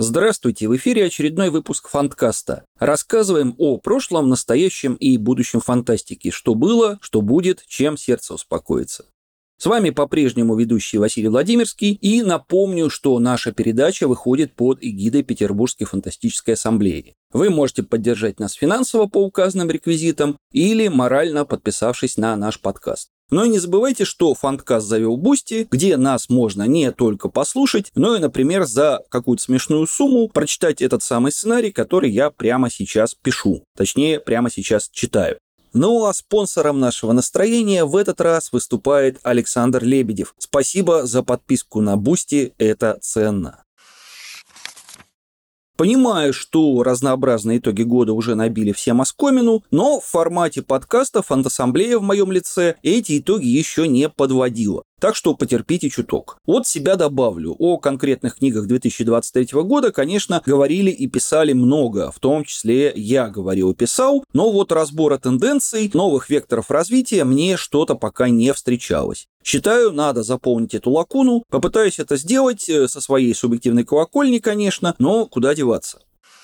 Здравствуйте, в эфире очередной выпуск Фанткаста. Рассказываем о прошлом, настоящем и будущем фантастики. Что было, что будет, чем сердце успокоится. С вами по-прежнему ведущий Василий Владимирский, и напомню, что наша передача выходит под эгидой Петербургской фантастической ассамблеи. Вы можете поддержать нас финансово по указанным реквизитам или морально подписавшись на наш подкаст. Но и не забывайте, что Фанткаст завел Бусти, где нас можно не только послушать, но и, например, за какую-то смешную сумму прочитать этот самый сценарий, который я прямо сейчас пишу. Точнее, прямо сейчас читаю. Ну а спонсором нашего настроения в этот раз выступает Александр Лебедев. Спасибо за подписку на Бусти, это ценно. Понимаю, что разнообразные итоги года уже набили всем оскомину, но в формате подкаста Фанtaссамблея в моем лице эти итоги еще не подводила. Так что потерпите чуток. От себя добавлю. О конкретных книгах 2023 года, конечно, говорили и писали много. В том числе я говорил и писал. Но вот разбора тенденций, новых векторов развития мне что-то пока не встречалось. Считаю, надо заполнить эту лакуну. Попытаюсь это сделать со своей субъективной колокольни, конечно, но куда деваться.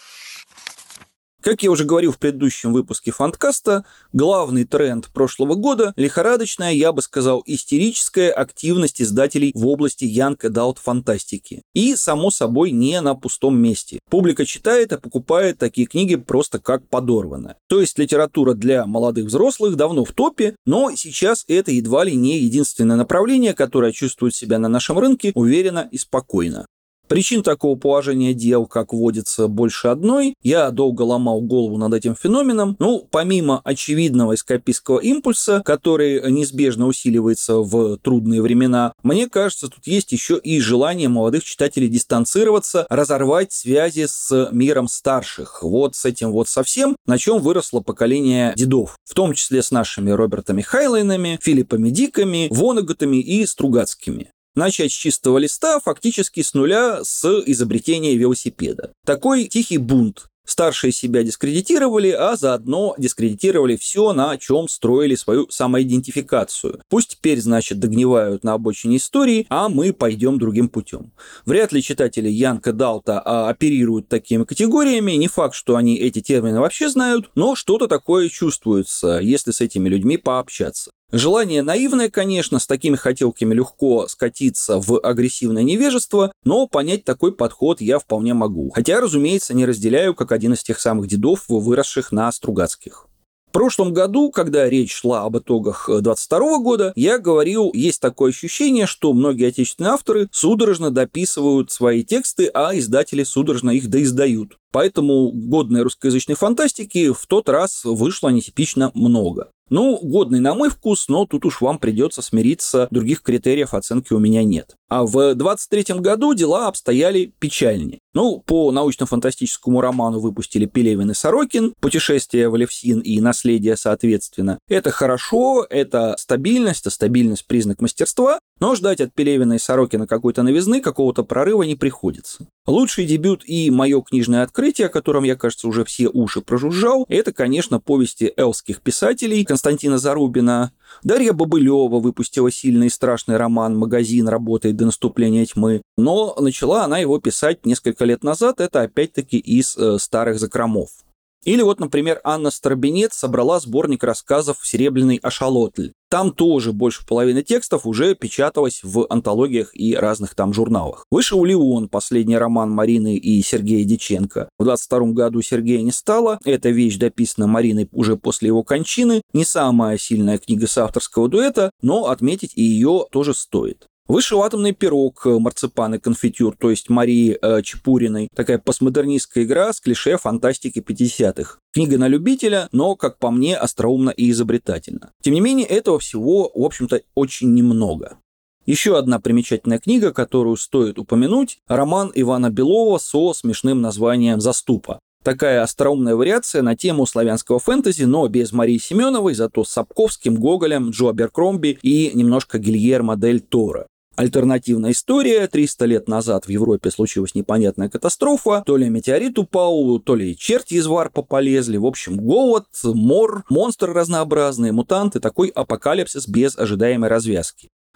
Как я уже говорил в предыдущем выпуске Фанткаста, главный тренд прошлого года – лихорадочная, я бы сказал, истерическая активность издателей в области Young Adult фантастики. И, само собой, не на пустом месте. Публика читает и покупает такие книги просто как подорванная. То есть литература для молодых взрослых давно в топе, но сейчас это едва ли не единственное направление, которое чувствует себя на нашем рынке уверенно и спокойно. Причин такого положения дел, как водится, больше одной. Я долго ломал голову над этим феноменом. Помимо очевидного эскапистского импульса, который неизбежно усиливается в трудные времена, мне кажется, тут есть еще и желание молодых читателей дистанцироваться, разорвать связи с миром старших. Вот с этим вот совсем, на чем выросло поколение дедов. В том числе с нашими Робертами Хайлайнами, Филиппами Диками, Воннегутами и Стругацкими. Начать с чистого листа, фактически с нуля, с изобретения велосипеда. Такой тихий бунт. Старшие себя дискредитировали, а заодно дискредитировали все, на чем строили свою самоидентификацию. Пусть теперь, значит, догнивают на обочине истории, а мы пойдем другим путем. Вряд ли читатели Young Adult оперируют такими категориями. Не факт, что они эти термины вообще знают, но что-то такое чувствуется, если с этими людьми пообщаться. Желание наивное, конечно, с такими хотелками легко скатиться в агрессивное невежество, но понять такой подход я вполне могу. Хотя, разумеется, не разделяю, как один из тех самых дедов, выросших на Стругацких. В прошлом году, когда речь шла об итогах 2022 года, я говорил, есть такое ощущение, что многие отечественные авторы судорожно дописывают свои тексты, а издатели судорожно их доиздают. Поэтому годной русскоязычной фантастики в тот раз вышло нетипично много. Годный на мой вкус, но тут уж вам придется смириться, других критериев оценки у меня нет. А в 2023 году дела обстояли печальнее. По научно-фантастическому роману выпустили Пелевин и Сорокин, «Путешествие в Элевсин» и «Наследие» соответственно. Это хорошо, это стабильность, а стабильность – признак мастерства, но ждать от Пелевина и Сорокина какой-то новизны, какого-то прорыва не приходится. Лучший дебют и мое книжное открытие, о котором я, кажется, уже все уши прожужжал, это, конечно, повести эльских писателей Константина Зарубина. Дарья Бобылева выпустила сильный и страшный роман «Магазин работает до наступления тьмы», но начала она его писать несколько лет назад, это опять-таки из старых закромов. Или вот, например, Анна Старобинец собрала сборник рассказов «Серебряный ашалотль». Там тоже больше половины текстов уже печаталось в антологиях и разных там журналах. Вышел «Леон», последний роман Марины и Сергея Дьяченко. В 22 году Сергея не стало. Эта вещь дописана Мариной уже после его кончины. Не самая сильная книга соавторского дуэта, но отметить и ее тоже стоит. Вышел «Атомный пирог», марципан и конфитюр, то есть Марии Чепуриной. Такая постмодернистская игра с клише фантастики 50-х. Книга на любителя, но, как по мне, остроумно и изобретательно. Тем не менее, этого всего, в общем-то, очень немного. Еще одна примечательная книга, которую стоит упомянуть – роман Ивана Белова со смешным названием «Заступа». Такая остроумная вариация на тему славянского фэнтези, но без Марии Семеновой, зато с Сапковским, Гоголем, Джо Аберкромби и немножко Гильермо дель Торо. Альтернативная история. 300 лет назад в Европе случилась непонятная катастрофа. То ли метеорит упал, то ли черти из варпа полезли. В общем, голод, мор, монстры разнообразные, мутанты. Такой апокалипсис без ожидаемой развязки.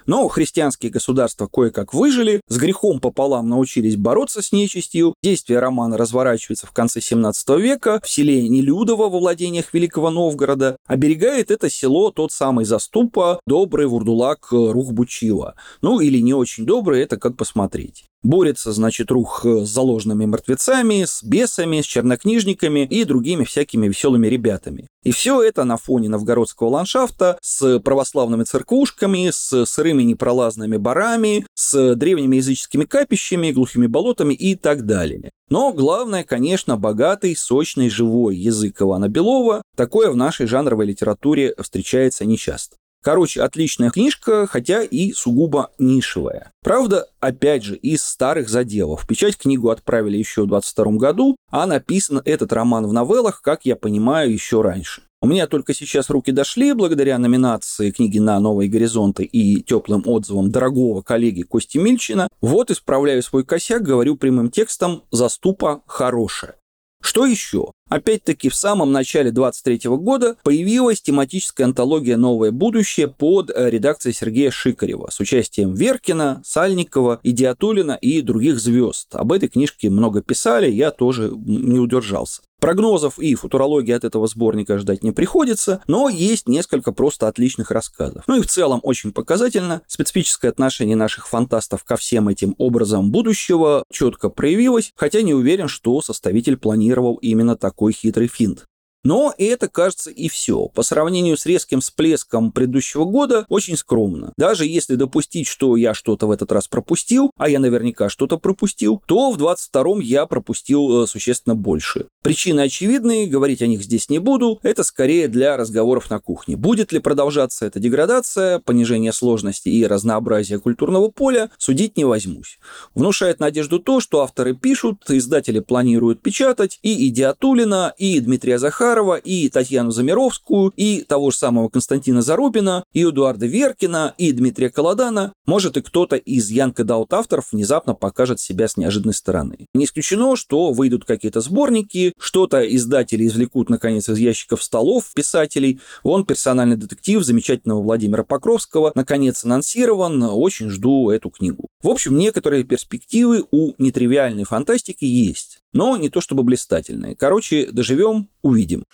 Но христианские государства кое-как выжили, с грехом пополам научились бороться с нечистью. Действие романа разворачивается в конце 17 века в селе Нелюдово во владениях Великого Новгорода. Оберегает это село тот самый заступа, добрый вурдулак Рух-Бучила. Ну, или не очень добрый, это как посмотреть. Борется, значит, Рух с заложенными мертвецами, с бесами, с чернокнижниками и другими всякими веселыми ребятами. И все это на фоне новгородского ландшафта с православными церквушками, с сырыми непролазными барами, с древними языческими капищами, глухими болотами и так далее. Но главное, конечно, богатый, сочный, живой язык Ивана Белова. Такое в нашей жанровой литературе встречается нечасто. Короче, отличная книжка, хотя и сугубо нишевая. Правда, опять же, из старых заделов. В печать книгу отправили еще в 22 году, а написан этот роман в новеллах, как я понимаю, еще раньше. У меня только сейчас руки дошли, благодаря номинации книги на «Новые горизонты» и теплым отзывам дорогого коллеги Кости Мильчина. Вот исправляю свой косяк, говорю прямым текстом: «Заступа хорошая». Что еще? Опять-таки, в самом начале 23 года появилась тематическая антология «Новое будущее» под редакцией Сергея Шикарева с участием Веркина, Сальникова, Идиатуллина и других звезд. Об этой книжке много писали, я тоже не удержался. Прогнозов и футурологии от этого сборника ждать не приходится, но есть несколько просто отличных рассказов. Ну и в целом очень показательно. Специфическое отношение наших фантастов ко всем этим образам будущего четко проявилось, хотя не уверен, что составитель планировал именно такой хитрый финт. Но это, кажется, и все. По сравнению с резким всплеском предыдущего года, очень скромно. Даже если допустить, что я что-то в этот раз пропустил, а я наверняка что-то пропустил, то в 22-м я пропустил существенно больше. Причины очевидные, говорить о них здесь не буду, это скорее для разговоров на кухне. Будет ли продолжаться эта деградация, понижение сложности и разнообразия культурного поля, судить не возьмусь. Внушает надежду то, что авторы пишут, издатели планируют печатать и Идиатуллина, и Дмитрия Захарова, и Татьяну Замировскую, и того же самого Константина Зарубина, и Эдуарда Веркина, и Дмитрия Колодана. Может, и кто-то из Young Adult авторов внезапно покажет себя с неожиданной стороны. Не исключено, что выйдут какие-то сборники, что-то издатели извлекут, наконец, из ящиков столов писателей. Вон «Персональный детектив» замечательного Владимира Покровского наконец анонсирован. Очень жду эту книгу. В общем, некоторые перспективы у нетривиальной фантастики есть. Но не то чтобы блистательные. Короче, доживем, увидим.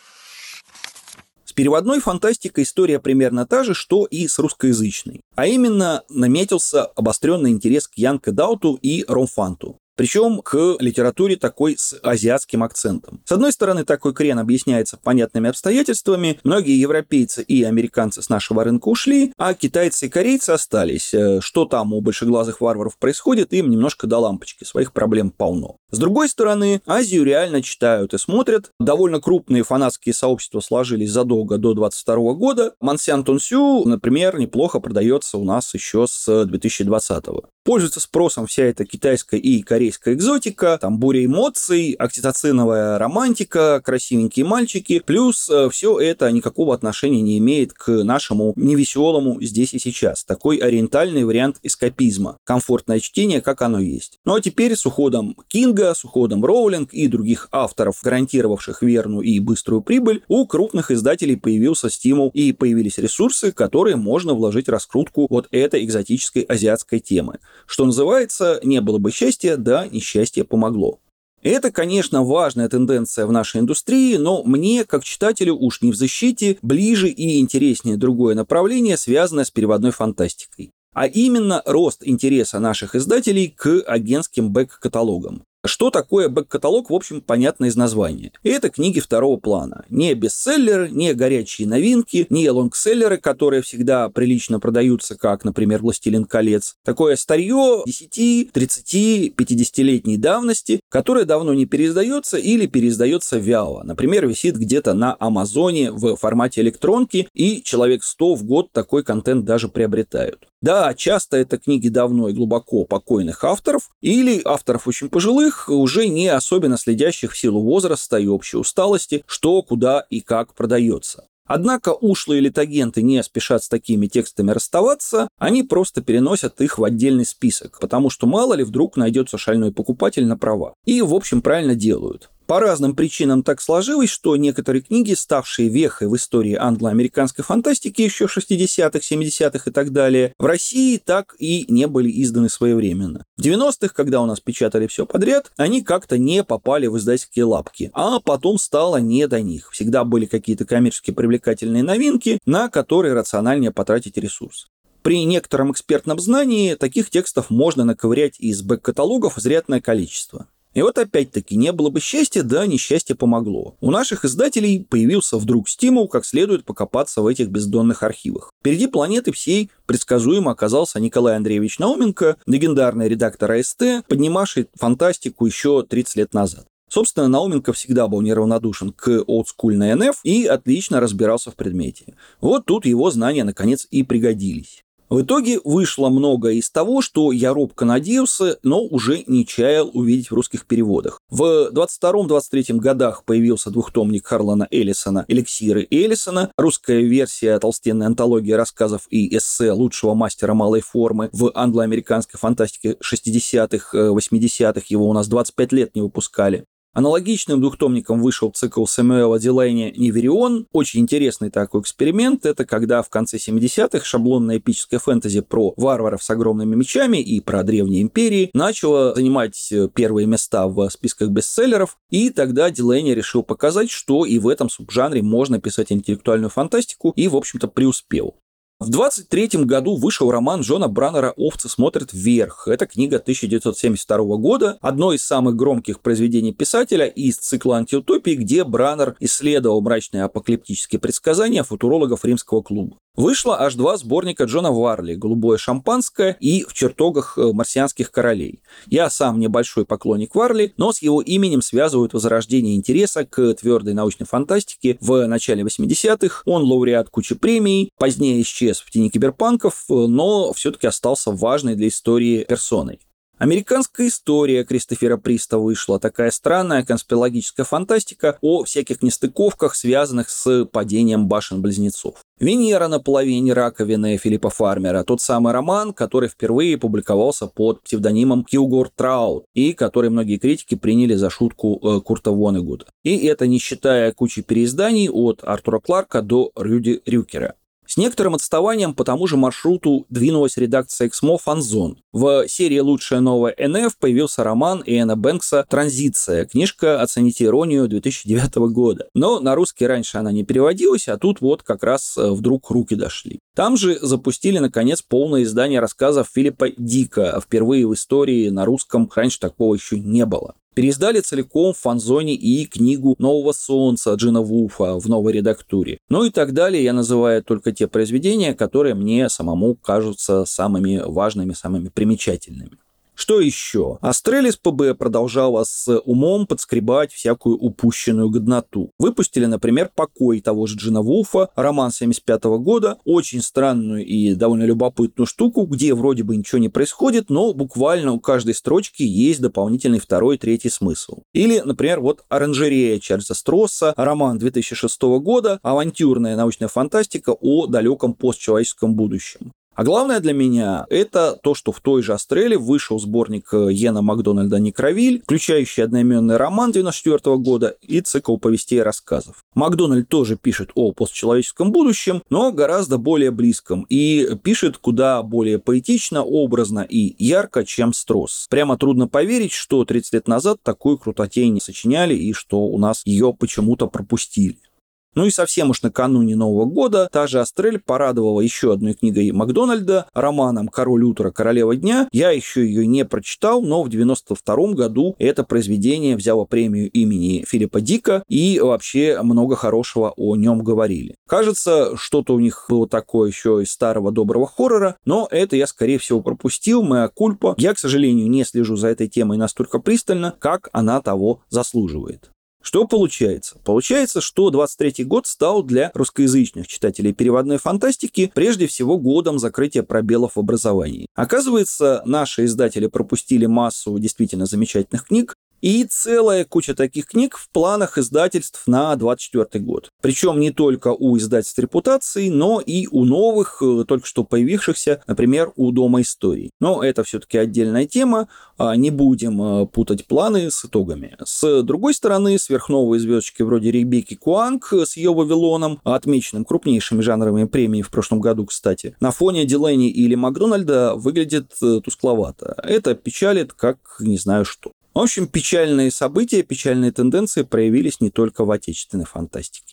С переводной фантастикой история примерно та же, что и с русскоязычной. А именно, наметился обостренный интерес к Young Adult и ромфанту. Причем к литературе такой с азиатским акцентом. С одной стороны, такой крен объясняется понятными обстоятельствами. Многие европейцы и американцы с нашего рынка ушли, а китайцы и корейцы остались. Что там у большеглазых варваров происходит, им немножко до лампочки, своих проблем полно. С другой стороны, Азию реально читают и смотрят. Довольно крупные фанатские сообщества сложились задолго до 22 года. Мансян Тунсю, например, неплохо продается у нас еще с 2020. Пользуется спросом вся эта китайская и корейская экзотика, там буря эмоций, окситоциновая романтика, красивенькие мальчики, плюс все это никакого отношения не имеет к нашему невеселому здесь и сейчас. Такой ориентальный вариант эскапизма, комфортное чтение, как оно есть. Ну а теперь с уходом Кинга, с уходом Роулинг и других авторов, гарантировавших верную и быструю прибыль, у крупных издателей появился стимул и появились ресурсы, которые можно вложить в раскрутку вот этой экзотической азиатской темы. Что называется, не было бы счастья, да несчастье помогло. Это, конечно, важная тенденция в нашей индустрии, но мне, как читателю, уж не в защите, ближе и интереснее другое направление, связанное с переводной фантастикой. А именно рост интереса наших издателей к агентским бэк-каталогам. Что такое бэк-каталог, в общем, понятно из названия. Это книги второго плана. Не бестселлеры, не горячие новинки, не лонгселлеры, которые всегда прилично продаются, как, например, «Властелин колец». Такое старье 10, 30, 50-летней давности, которое давно не переиздается или переиздается вяло. Например, висит где-то на Амазоне в формате электронки, и человек 100 в год такой контент даже приобретают. Да, часто это книги давно и глубоко покойных авторов или авторов очень пожилых, уже не особенно следящих в силу возраста и общей усталости, что, куда и как продается. Однако ушлые литагенты не спешат с такими текстами расставаться, они просто переносят их в отдельный список, потому что мало ли вдруг найдется шальной покупатель на права. И, в общем, правильно делают. По разным причинам так сложилось, что некоторые книги, ставшие вехой в истории англо-американской фантастики еще 60-х, 70-х и так далее, в России так и не были изданы своевременно. В 90-х, когда у нас печатали все подряд, они как-то не попали в издательские лапки, а потом стало не до них. Всегда были какие-то коммерчески привлекательные новинки, на которые рациональнее потратить ресурс. При некотором экспертном знании таких текстов можно наковырять из бэк-каталогов изрядное количество. И вот опять-таки не было бы счастья, да несчастье помогло. У наших издателей появился вдруг стимул как следует покопаться в этих бездонных архивах. Впереди планеты всей предсказуемо оказался Николай Андреевич Науменко, легендарный редактор АСТ, поднимавший фантастику еще 30 лет назад. Собственно, Науменко всегда был неравнодушен к олдскульной НФ и отлично разбирался в предмете. Вот тут его знания наконец и пригодились. В итоге вышло многое из того, что я робко надеялся, но уже не чаял увидеть в русских переводах. В 22-23 годах появился двухтомник Харлана Эллисона «Эликсиры Эллисона», русская версия толстенной антологии рассказов и эссе лучшего мастера малой формы в англо-американской фантастике 60-х, 80-х, его у нас 25 лет не выпускали. Аналогичным двухтомником вышел цикл Сэмюэла Дилейни «Неверион». Очень интересный такой эксперимент. Это когда в конце 70-х шаблонная эпическая фэнтези про варваров с огромными мечами и про древние империи начала занимать первые места в списках бестселлеров. И тогда Дилейни решил показать, что и в этом субжанре можно писать интеллектуальную фантастику, и, в общем-то, преуспел. В 23 году вышел роман Джона Браннера «Овцы смотрят вверх». Это книга 1972 года, одно из самых громких произведений писателя из цикла антиутопии, где Браннер исследовал мрачные апокалиптические предсказания футурологов римского клуба. Вышло аж 2 сборника Джона Варли «Голубое шампанское» и «В чертогах марсианских королей». Я сам небольшой поклонник Варли, но с его именем связывают возрождение интереса к твердой научной фантастике в начале 80-х. Он лауреат кучи премий, позднее исчез в тени киберпанков, но все-таки остался важной для истории персоной. Американская история Кристофера Приста вышла, такая странная конспирологическая фантастика о всяких нестыковках, связанных с падением башен-близнецов. «Венера на половине раковины» Филиппа Фармера, тот самый роман, который впервые публиковался под псевдонимом Килгор Траут и который многие критики приняли за шутку Курта Воннегута. И это не считая кучи переизданий от Артура Кларка до Рюди Рюкера. С некоторым отставанием по тому же маршруту двинулась редакция Эксмо «Фанзон». В серии «Лучшая новая НФ» появился роман Иэна Бэнкса «Транзиция», книжка «Оцените иронию» 2009 года. Но на русский раньше она не переводилась, а тут вот как раз вдруг руки дошли. Там же запустили, наконец, полное издание рассказов Филиппа Дика. Впервые в истории на русском раньше такого еще не было. Переиздали целиком в «Фанзоне» и книгу «Нового солнца» Джина Вулфа в новой редактуре. Ну и так далее. Я называю только те произведения, которые мне самому кажутся самыми важными, самыми примечательными. Что еще? Астрелис ПБ продолжала с умом подскребать всякую упущенную годноту. Выпустили, например, «Покой» того же Джина Вулфа, роман 1975 года, очень странную и довольно любопытную штуку, где вроде бы ничего не происходит, но буквально у каждой строчки есть дополнительный второй, третий смысл. Или, например, вот «Оранжерея» Чарльза Стросса, роман 2006 года, авантюрная научная фантастика о далеком постчеловеческом будущем. А главное для меня это то, что в той же Астреле вышел сборник Йена Макдональда «Некровиль», включающий одноименный роман 1994 года и цикл повестей и рассказов. Макдональд тоже пишет о постчеловеческом будущем, но гораздо более близком, и пишет куда более поэтично, образно и ярко, чем Стросс. Прямо трудно поверить, что 30 лет назад такую крутотень не сочиняли и что у нас ее почему-то пропустили. Ну и совсем уж накануне Нового года та же Астрель порадовала еще одной книгой Макдональда, романом «Король утра, королева дня». Я еще ее не прочитал, но в 1992 году это произведение взяло премию имени Филиппа Дика, и вообще много хорошего о нем говорили. Кажется, что-то у них было такое еще из старого доброго хоррора, но это я, скорее всего, пропустил, mea culpa. Я, к сожалению, не слежу за этой темой настолько пристально, как она того заслуживает. Что получается? Получается, что 23-й год стал для русскоязычных читателей переводной фантастики прежде всего годом закрытия пробелов в образовании. Оказывается, наши издатели пропустили массу действительно замечательных книг, И целая куча таких книг в планах издательств на 2024 год. Причем не только у издательств репутации, но и у новых, только что появившихся, например, у Дома историй. Но это все-таки отдельная тема, не будем путать планы с итогами. С другой стороны, сверхновые звездочки вроде Ребекки Куанг с ее «Вавилоном», отмеченным крупнейшими жанровыми премиями в прошлом году, кстати, на фоне Дилейни или Макдональда выглядит тускловато. Это печалит, как не знаю что. В общем, печальные события, печальные тенденции проявились не только в отечественной фантастике.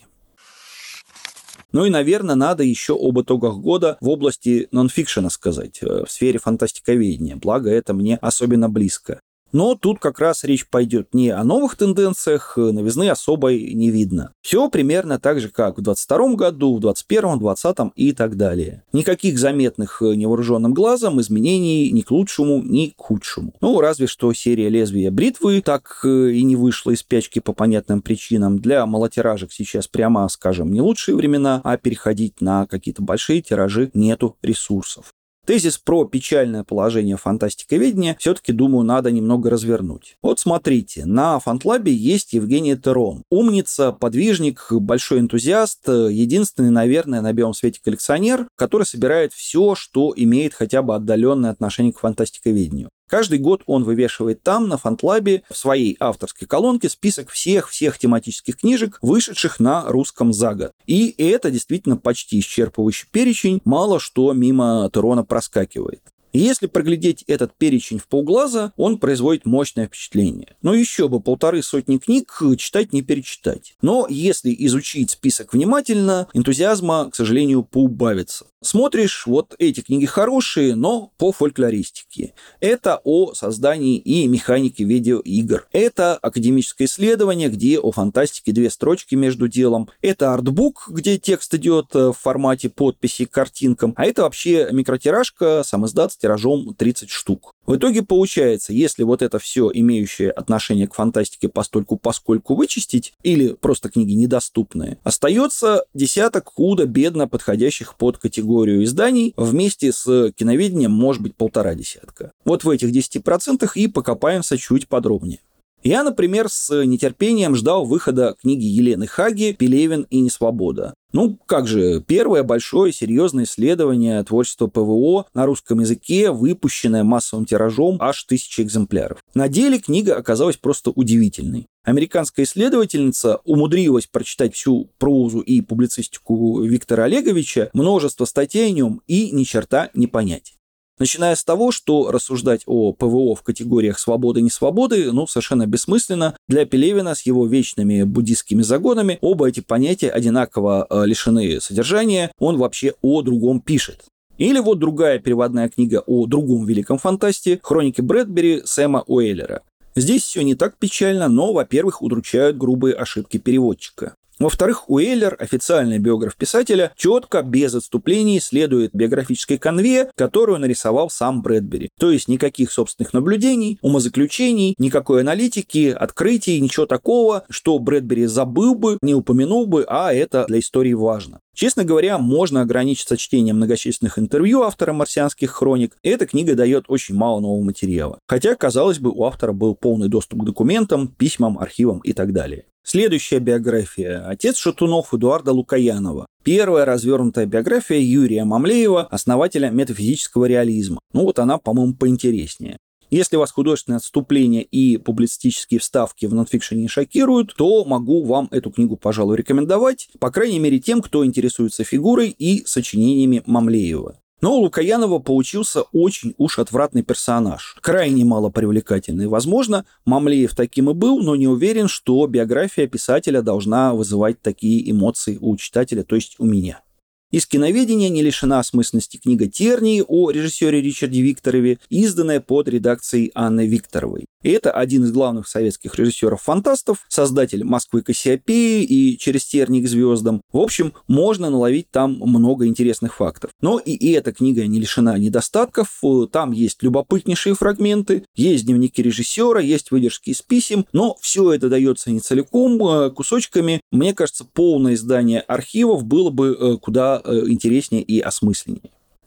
Ну и, наверное, надо еще об итогах года в области нонфикшена сказать, в сфере фантастиковедения, благо это мне особенно близко. Но тут как раз речь пойдет не о новых тенденциях, новизны особой не видно. Все примерно так же, как в 2022 году, в 2021, 2020 и так далее. Никаких заметных невооруженным глазом изменений ни к лучшему, ни к худшему. Ну, разве что серия «Лезвия бритвы» так и не вышла из спячки по понятным причинам. Для малотиражек сейчас, прямо скажем, не лучшие времена, а переходить на какие-то большие тиражи нету ресурсов. Тезис про печальное положение фантастиковедения все-таки, думаю, надо немного развернуть. Вот смотрите, на Фантлабе есть Евгения Терон. Умница, подвижник, большой энтузиаст, единственный, наверное, на белом свете коллекционер, который собирает все, что имеет хотя бы отдаленное отношение к фантастиковедению. Каждый год он вывешивает там, на Фантлабе, в своей авторской колонке список всех тематических книжек, вышедших на русском за год. И это действительно почти исчерпывающий перечень, мало что мимо Терона проскакивает. Если проглядеть этот перечень в полглаза, он производит мощное впечатление. Но еще бы 150 книг читать не перечитать. Но если изучить список внимательно, энтузиазма, к сожалению, поубавится. Смотришь, вот эти книги хорошие, но по фольклористике. Это о создании и механике видеоигр. Это академическое исследование, где о фантастике 2 строчки между делом. Это артбук, где текст идет в формате подписи к картинкам. А это вообще микротиражка, самиздат с тиражом 30 штук. В итоге получается, если вот это все имеющее отношение к фантастике постольку-поскольку вычистить, или просто книги недоступные, остается десяток худо-бедно подходящих под категорию изданий, вместе с киноведением может быть 1,5 десятка. Вот в этих 10% и покопаемся чуть подробнее. Я, например, с нетерпением ждал выхода книги Елены Хаги «Пелевин и несвобода». Ну, как же, первое большое серьезное исследование творчества ПВО на русском языке, выпущенное массовым тиражом аж 1000 экземпляров. На деле книга оказалась просто удивительной. Американская исследовательница умудрилась прочитать всю прозу и публицистику Виктора Олеговича, множество статей о нем и ни черта не понять. Начиная с того, что рассуждать о ПВО в категориях свободы и несвободы, совершенно бессмысленно. Для Пелевина с его вечными буддистскими загонами оба эти понятия одинаково лишены содержания, он вообще о другом пишет. Или вот другая переводная книга о другом великом фантасте «Хроники Брэдбери» Сэма Уэллера. Здесь все не так печально, но, во-первых, удручают грубые ошибки переводчика. Во-вторых, Уэллер, официальный биограф писателя, четко, без отступлений, следует биографической канве, которую нарисовал сам Брэдбери. То есть никаких собственных наблюдений, умозаключений, никакой аналитики, открытий, ничего такого, что Брэдбери забыл бы, не упомянул бы, а это для истории важно. Честно говоря, можно ограничиться чтением многочисленных интервью автора «Марсианских хроник». Эта книга дает очень мало нового материала. Хотя, казалось бы, у автора был полный доступ к документам, письмам, архивам и так далее. Следующая биография. Отец шатунов Эдуарда Лукоянова. Первая развернутая биография Юрия Мамлеева, основателя метафизического реализма. Вот она, по-моему, поинтереснее. Если вас художественные отступления и публицистические вставки в нонфикшене не шокируют, то могу вам эту книгу, пожалуй, рекомендовать, по крайней мере тем, кто интересуется фигурой и сочинениями Мамлеева. Но у Лукоянова получился очень уж отвратный персонаж, крайне малопривлекательный. Возможно, Мамлеев таким и был, но не уверен, что биография писателя должна вызывать такие эмоции у читателя, то есть у меня. Из киноведения не лишена осмысленности книга «Тернии» о режиссере Ричарде Викторове, изданная под редакцией Анны Викторовой. И это один из главных советских режиссеров-фантастов, создатель «Москвы Кассиопеи» и «Через тернии к звездам». В общем, можно наловить там много интересных фактов. Но и эта книга не лишена недостатков. Там есть любопытнейшие фрагменты, есть дневники режиссера, есть выдержки из писем, но все это дается не целиком, кусочками. Мне кажется, полное издание архивов было бы куда интереснее и осмысленнее.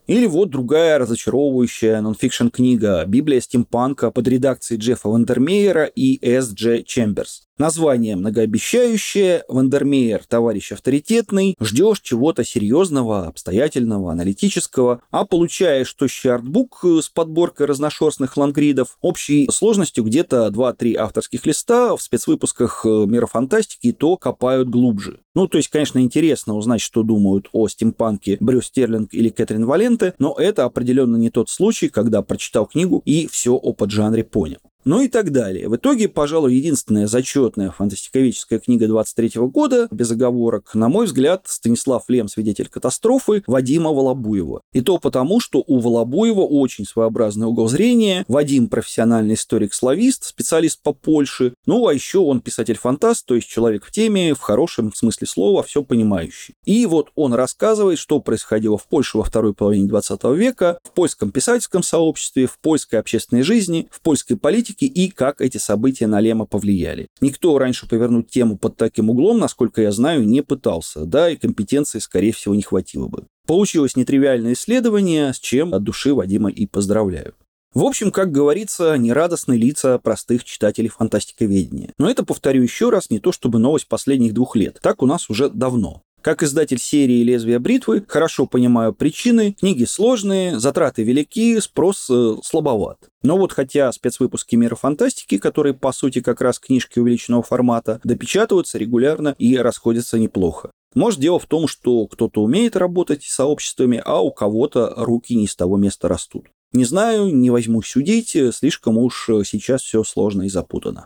Или вот другая разочаровывающая нонфикшн книга «Библия стимпанка» под редакцией Джеффа Вандермеера и С. Дж. Чемберс. Название многообещающее, Вандермеер – товарищ авторитетный, ждешь чего-то серьезного, обстоятельного, аналитического, а получаешь тощий артбук с подборкой разношерстных лонгридов, общей сложностью где-то 2-3 авторских листа, в спецвыпусках «Мира фантастики» то копают глубже. Ну, то есть, конечно, интересно узнать, что думают о стимпанке Брюс Стерлинг или Кэтрин Валенте, но это определенно не тот случай, когда прочитал книгу и все о поджанре понял. Ну и так далее. В итоге, пожалуй, единственная зачетная фантастиковедческая книга 23 года, без оговорок, на мой взгляд, Станислав Лем «Свидетель катастрофы» Вадима Волобуева. И то потому, что у Волобуева очень своеобразный угол зрения. Вадим – профессиональный историк-славист, специалист по Польше. Ну, а еще он писатель-фантаст, то есть человек в теме, в хорошем смысле слова, все понимающий. И вот он рассказывает, что происходило в Польше во второй половине 20 века, в польском писательском сообществе, в польской общественной жизни, в польской политике, и как эти события на Лема повлияли. Никто раньше повернуть тему под таким углом, насколько я знаю, не пытался, да, и компетенции, скорее всего, не хватило бы. Получилось нетривиальное исследование, с чем от души Вадима и поздравляю. В общем, как говорится, нерадостные лица простых читателей фантастиковедения. Но это, повторю еще раз, не то чтобы новость последних 2 лет. Так у нас уже давно. Как издатель серии «Лезвие бритвы» хорошо понимаю причины, книги сложные, затраты велики, спрос слабоват. Но вот хотя спецвыпуски «Мира фантастики», которые по сути как раз книжки увеличенного формата, допечатываются регулярно и расходятся неплохо. Может, дело в том, что кто-то умеет работать с сообществами, а у кого-то руки не с того места растут. Не знаю, не возьмусь судить, слишком уж сейчас все сложно и запутано.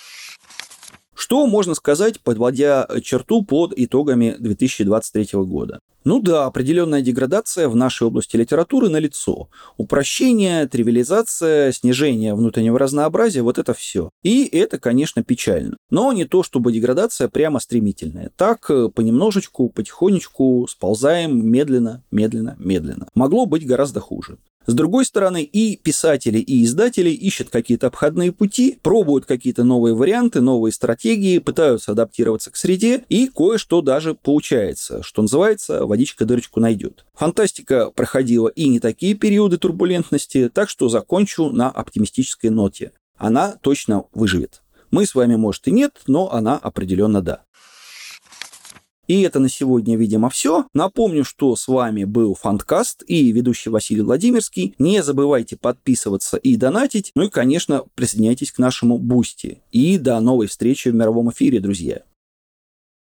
Что можно сказать, подводя черту под итогами 2023 года? Ну да, определенная деградация в нашей области литературы налицо. Упрощение, тривиализация, снижение внутреннего разнообразия – вот это все. И это, конечно, печально. Но не то, чтобы деградация прямо стремительная. Так, понемножечку, потихонечку сползаем медленно, медленно, медленно. Могло быть гораздо хуже. С другой стороны, и писатели, и издатели ищут какие-то обходные пути, пробуют какие-то новые варианты, новые стратегии, пытаются адаптироваться к среде, и кое-что даже получается, что называется, водичка дырочку найдет. Фантастика проходила и не такие периоды турбулентности, так что закончу на оптимистической ноте. Она точно выживет. Мы с вами, может, и нет, но она определенно да. И это на сегодня, видимо, все. Напомню, что с вами был Фанткаст и ведущий Василий Владимирский. Не забывайте подписываться и донатить. Ну и, конечно, присоединяйтесь к нашему Бусти. И до новой встречи в мировом эфире, друзья.